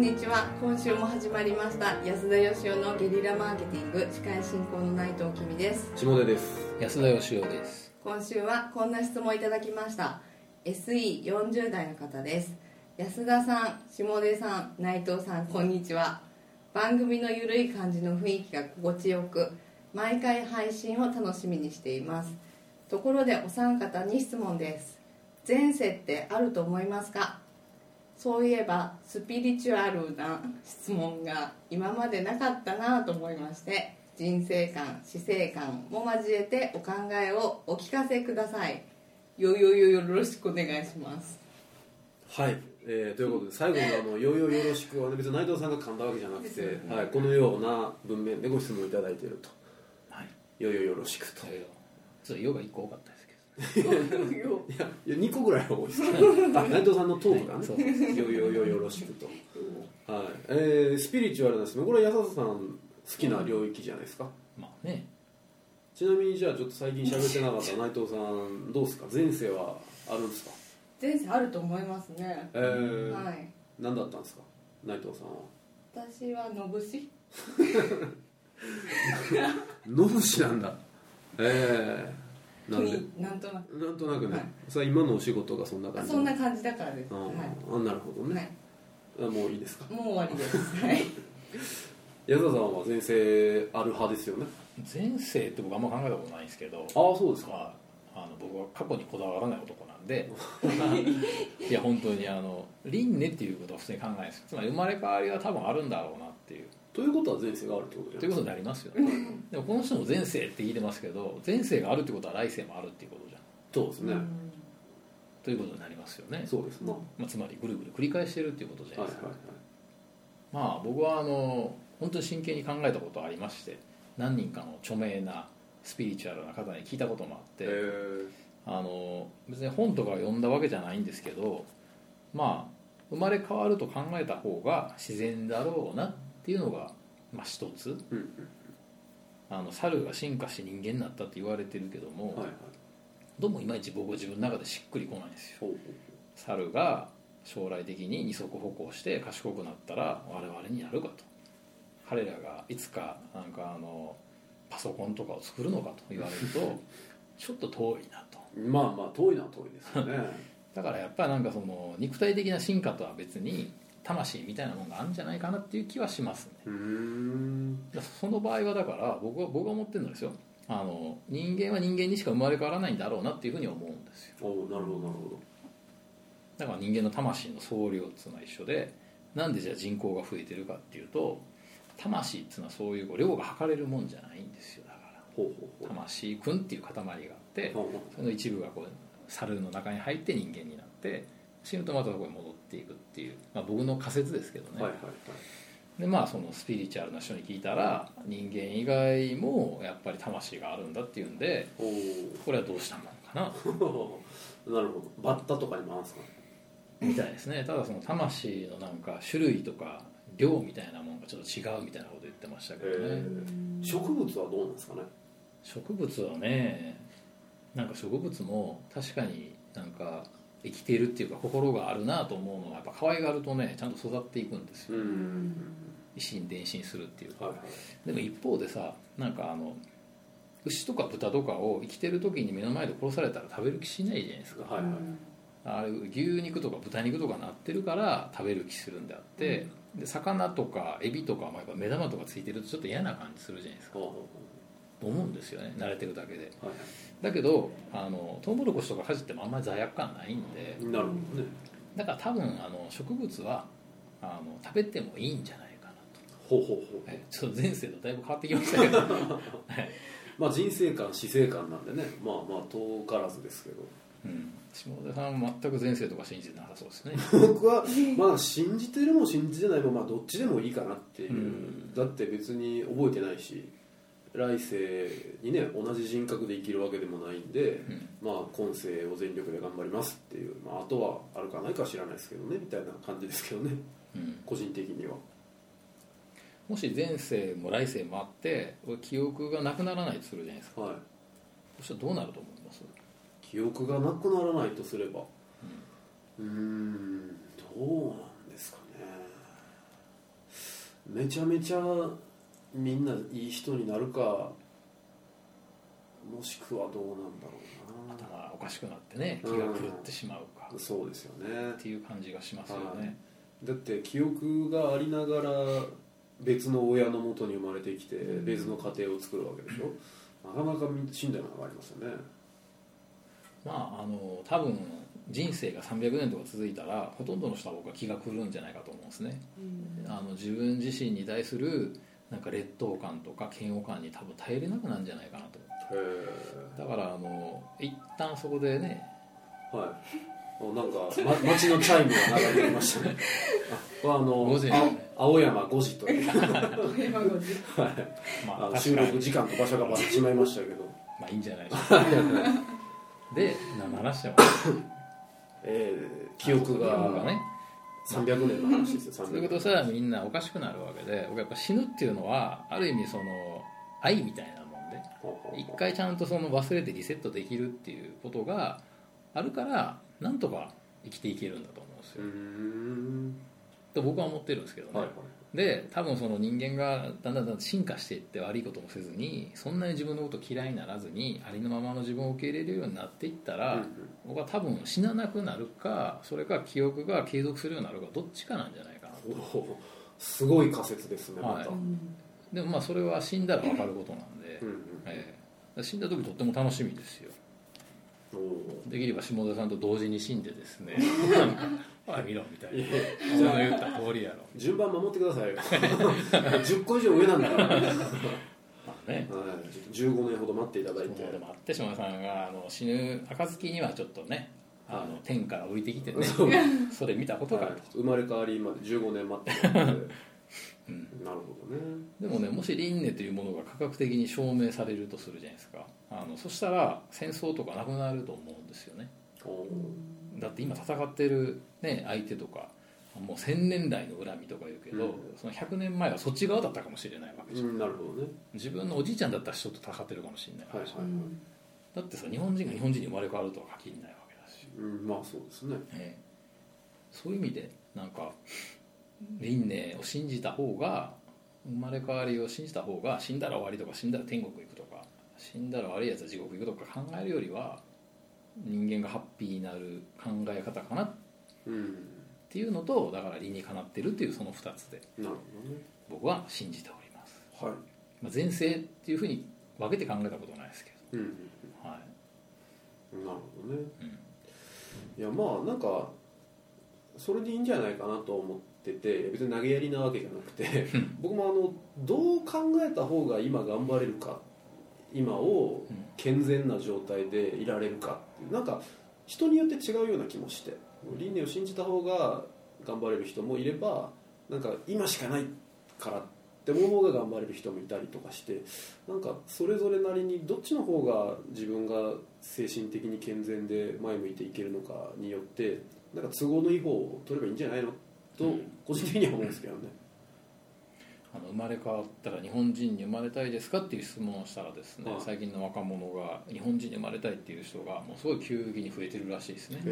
にちは。今週も始まりました安田義雄のゲリラマーケティング、司会進行の内藤君です。 下出です。 安田義雄です。 今週はこんな質問をいただきました。 SE40 代の方です。安田さん、下出さん、内藤さん、こんにちは。番組のゆるい感じの雰囲気が心地よく、毎回配信を楽しみにしています。ところでお三方に質問です。前世ってあると思いますか？そういえばスピリチュアルな質問が今までなかったなと思いまして、人生観、死生観も交えてお考えをお聞かせください。よろしくお願いします。 はい、ということで最後のよろしくは、ね、別に内藤さんが噛んだわけじゃなくて、ね、はい、このような文面でご質問いただいていると、はい、よろしくと。 ちょっとよが1個多かったですけどいや2個ぐらいは多いです内藤さんのトークがね、そうよろしくと、はい、スピリチュアルなですね、これは安田さん好きな領域じゃないですか。 まあね。 ちなみにじゃあちょっと最近喋ってなかった内藤さんどうですか？前世はあるんですか？ 前世あると思いますね。はい。 何だったんですか内藤さんは？ 私は野節野節なんだ。 なんとなくね、はい、さあ今のお仕事がそんな感じ。 そんな感じだからです。 なるほどね、はい、もういいですか？もう終わりです。はい安田さんは前世ある派ですよね。 前世って僕あんま考えたことないんですけど。 そうですか。 僕は過去にこだわらない男なんでいや本当に輪廻っていうことは普通に考えないです。つまり生まれ変わりは多分あるんだろうなっていう。 ということは前世があるってことじゃないですか。 ということになりますよねでもこの人も前世って言いてますけど、前世があるってことは来世もあるっていうことじゃん。 そうですね。 ということになりますよね。 そうですね、 つまりぐるぐる繰り返してるっていうことじゃないですか。 はいはいはい、 まあ僕は本当に真剣に考えたことがありまして、何人かの著名なスピリチュアルな方に聞いたこともあって、別に本とか読んだわけじゃないんですけど、まあ生まれ変わると考えた方が自然だろうなっていうのが一つ、猿が進化して人間になったって言われてるけども、どうもいまいち僕は自分の中でしっくりこないんですよ。猿が将来的に二足歩行して賢くなったら我々にやるかと、彼らがいつかなんかパソコンとかを作るのかと言われるとちょっと遠いなと。 まあ遠いのは遠いですよねだからやっぱりなんかその肉体的な進化とは別に魂みたいなものがあるんじゃないかなっていう気はしますね。その場合はだから僕が思ってるのですよ、人間は人間にしか生まれ変わらないんだろうなっていうふうに思うんですよ。 なるほど。 だから人間の魂の総量っていうのは一緒で、なんでじゃあ人口が増えてるかっていうと、魂っていうのはそういう量が測れるもんじゃないんですよ。だから魂君っていう塊があって、その一部がこう猿の中に入って人間になって死ぬとまたそこに戻っていくっていう、僕の仮説ですけどね。でそのスピリチュアルな人に聞いたら、人間以外もやっぱり魂があるんだっていうんで、これはどうしたもんかななるほど。バッタとかにもあるんですかみたいですね。ただその魂のなんか種類とか量みたいなものがちょっと違うみたいなこと言ってましたけどね。 植物はどうなんですかね。 植物はね、なんか植物も確かになんか生きているっていうか心があるなと思うのは、やっぱ可愛がるとねちゃんと育っていくんですよ。一心伝心するっていうか、でも一方でさ、なんか牛とか豚とかを生きてる時に目の前で殺されたら食べる気しないじゃないですか。あれ牛肉とか豚肉とかなってるから食べる気するんであって、で魚とかエビとかもやっぱ目玉とかついてるとちょっと嫌な感じするじゃないですか。思うんですよね、慣れてるだけで。だけどトウモロコシとかかじってもあんまり罪悪感ないんで。 なるほどね。 だから多分植物は食べてもいいんじゃないかなと。ちょっと前世とだいぶ変わってきましたけど人生観死生観なんでね、遠からずですけど、 下田さんは全く前世とか信じてなさそうですね僕は信じてるも信じてないもどっちでもいいかなっていう、だって別に覚えてないし、来世にね同じ人格で生きるわけでもないんで、今世を全力で頑張りますっていう、あとはあるかないか知らないですけどねみたいな感じですけどね、個人的には。 もし前世も来世もあって記憶がなくならないとするじゃないですか、そしたらどうなると思います？ 記憶がなくならないとすれば、どうなんですかね。 めちゃめちゃみんないい人になるか、もしくはどうなんだろうな、 頭おかしくなってね、気が狂ってしまうか、 そうですよねっていう感じがしますよね。 だって記憶がありながら別の親のもとに生まれてきて別の家庭を作るわけでしょ、なかなかしんどいのがありますよね。 まあ多分人生が300年とか続いたらほとんどの人は僕は気が狂うんじゃないかと思うんですね。自分自身に対するなんか劣等感とか嫌悪感に多分耐えれなくなるんじゃないかなと思って。だから一旦そこでね、 はい、なんか、街のチャイムが流れてましたね 5時ね、 青山5時という青山5時まあ、 収録時間と場所がバレてしまいましたけどまあいいんじゃないでしょうかで、何の話しても記憶がね 300年の話ですよ。 そういうことしたらみんなおかしくなるわけで、僕やっぱ死ぬっていうのはある意味愛みたいなもんで、一回ちゃんと忘れてリセットできるっていうことがあるからなんとか生きていけるんだと思うんですよ。と僕は思ってるんですけどね、はいはい、で多分人間がだんだん進化していって悪いこともせずにそんなに自分のこと嫌いにならずにありのままの自分を受け入れるようになっていったら、僕は多分死ななくなるか、それか記憶が継続するようになるか、どっちかなんじゃないかなと。 すごい仮説ですね、 はい、でもまあそれは死んだら分かることなんで、死んだ時とっても楽しみですよ。できれば下田さんと同時に死んでですねあ見ろみたいな、その言った通りやろ、 順番守ってくださいよ10個以上上なんだからまあね、 15年ほど待っていただいて。 でも下田さんが死ぬ暁にはちょっとね、天から降りてきてねそれ見たことがある、 生まれ変わりまで15年待ってもらってなるほどね。 でもね、もし輪廻というものが科学的に証明されるとするじゃないですか。そしたら戦争とかなくなると思うんですよね。だって今戦ってる、ね、相手とかもう1000年来の恨みとか言うけど、その100年前はそっち側だったかもしれないわけじゃん、 なるほどね。 自分のおじいちゃんだったら人と戦ってるかもしれないわけじゃん、だってさ、日本人が日本人に生まれ変わるとは限らないわけだし、 まあそうですね、 そういう意味でなんか輪廻を信じた方が、生まれ変わりを信じた方が、死んだら終わりとか死んだら天国行くとか死んだら悪いやつは地獄行くとか考えるよりは、人間がハッピーになる考え方かなっていうのと、だから理にかなってるっていうその2つで、 なるほどね、 僕は信じております。 はい、 前世っていうふうに分けて考えたことないですけど、はい、 なるほどね、いやまあなんかそれでいいんじゃないかなと思ってて、別に投げやりなわけじゃなくて僕もどう考えた方が今頑張れるか、今を健全な状態でいられるかっていう、なんか人によって違うような気もして、輪廻を信じた方が頑張れる人もいれば、なんか今しかないからって思う方が頑張れる人もいたりとかして、なんかそれぞれなりにどっちの方が自分が精神的に健全で前向いていけるのかによって、なんか都合のいい方を取ればいいんじゃないのと個人的には思うんですけどね。 生まれ変わったら日本人に生まれたいですかっていう質問をしたらですね、最近の若者が日本人に生まれたいっていう人がもうすごい急激に増えてるらしいですね。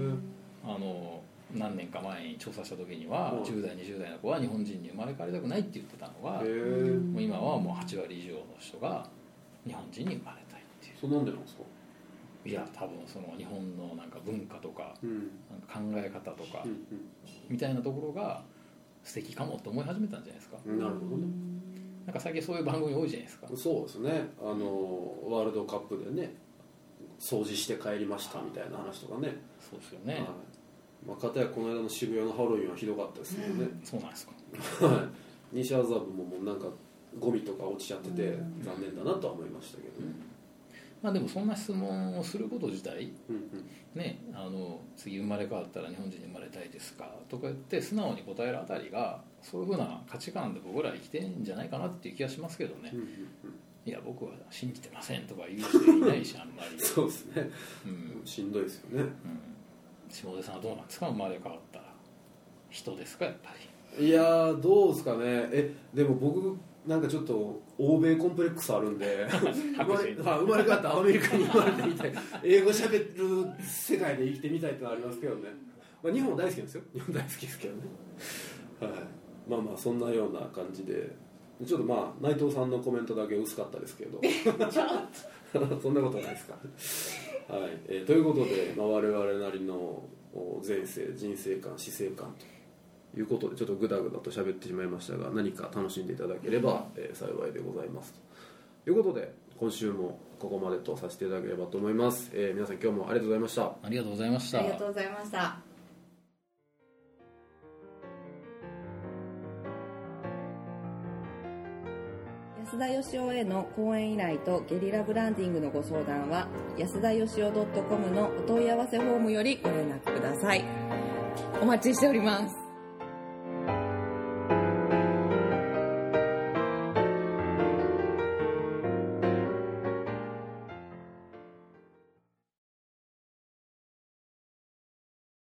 何年か前に調査した時には10代20代の子は日本人に生まれ変わりたくないって言ってたのが、もう今はもう8割以上の人が日本人に生まれたいっていう。 そうなんでなんですか？ いや多分日本のなんか文化とか、なんか考え方とか、みたいなところが素敵かもって思い始めたんじゃないですか。 なるほどね。 なんか最近そういう番組多いじゃないですか。 そうですね、ワールドカップでね掃除して帰りましたみたいな話とかね。 そうですよね、 まあ、片やこの間の渋谷のハロウィンはひどかったですけどね、 そうなんですか西麻布ももうなんかゴミとか落ちちゃってて残念だなとは思いましたけどね、 まあ、でもそんな質問をすること自体、ね、次生まれ変わったら日本人に生まれたいですかとか言って素直に答えるあたりが、そういうふうな価値観で僕ら生きてんじゃないかなっていう気がしますけどね、いや僕は信じてませんとか言う人いないしあんまりそうですね、しんどいですよね、 下出さんはどうなんですか、生まれ変わったら人ですかやっぱり。 いやどうですかね。でも僕なんかちょっと欧米コンプレックスあるんで生まれ変わったアメリカに生まれてみたい、英語喋る世界で生きてみたいってのはありますけどね、まあ、日本大好きなんですよ、日本大好きですけどね、はい、 まあまあそんなような感じで、ちょっとまあ内藤さんのコメントだけ薄かったですけどそんなことないですかはい、ということで、まあ、我々なりの前世人生観死生観ということでちょっとグダグダと喋ってしまいましたが、何か楽しんでいただければ、幸いでございますということで、今週もここまでとさせていただければと思います。皆さん今日もありがとうございました。 ありがとうございました。 ありがとうございました。安田義雄への講演依頼とゲリラブランディングのご相談は安田義雄 .com のお問い合わせフォームよりご連絡ください。お待ちしております。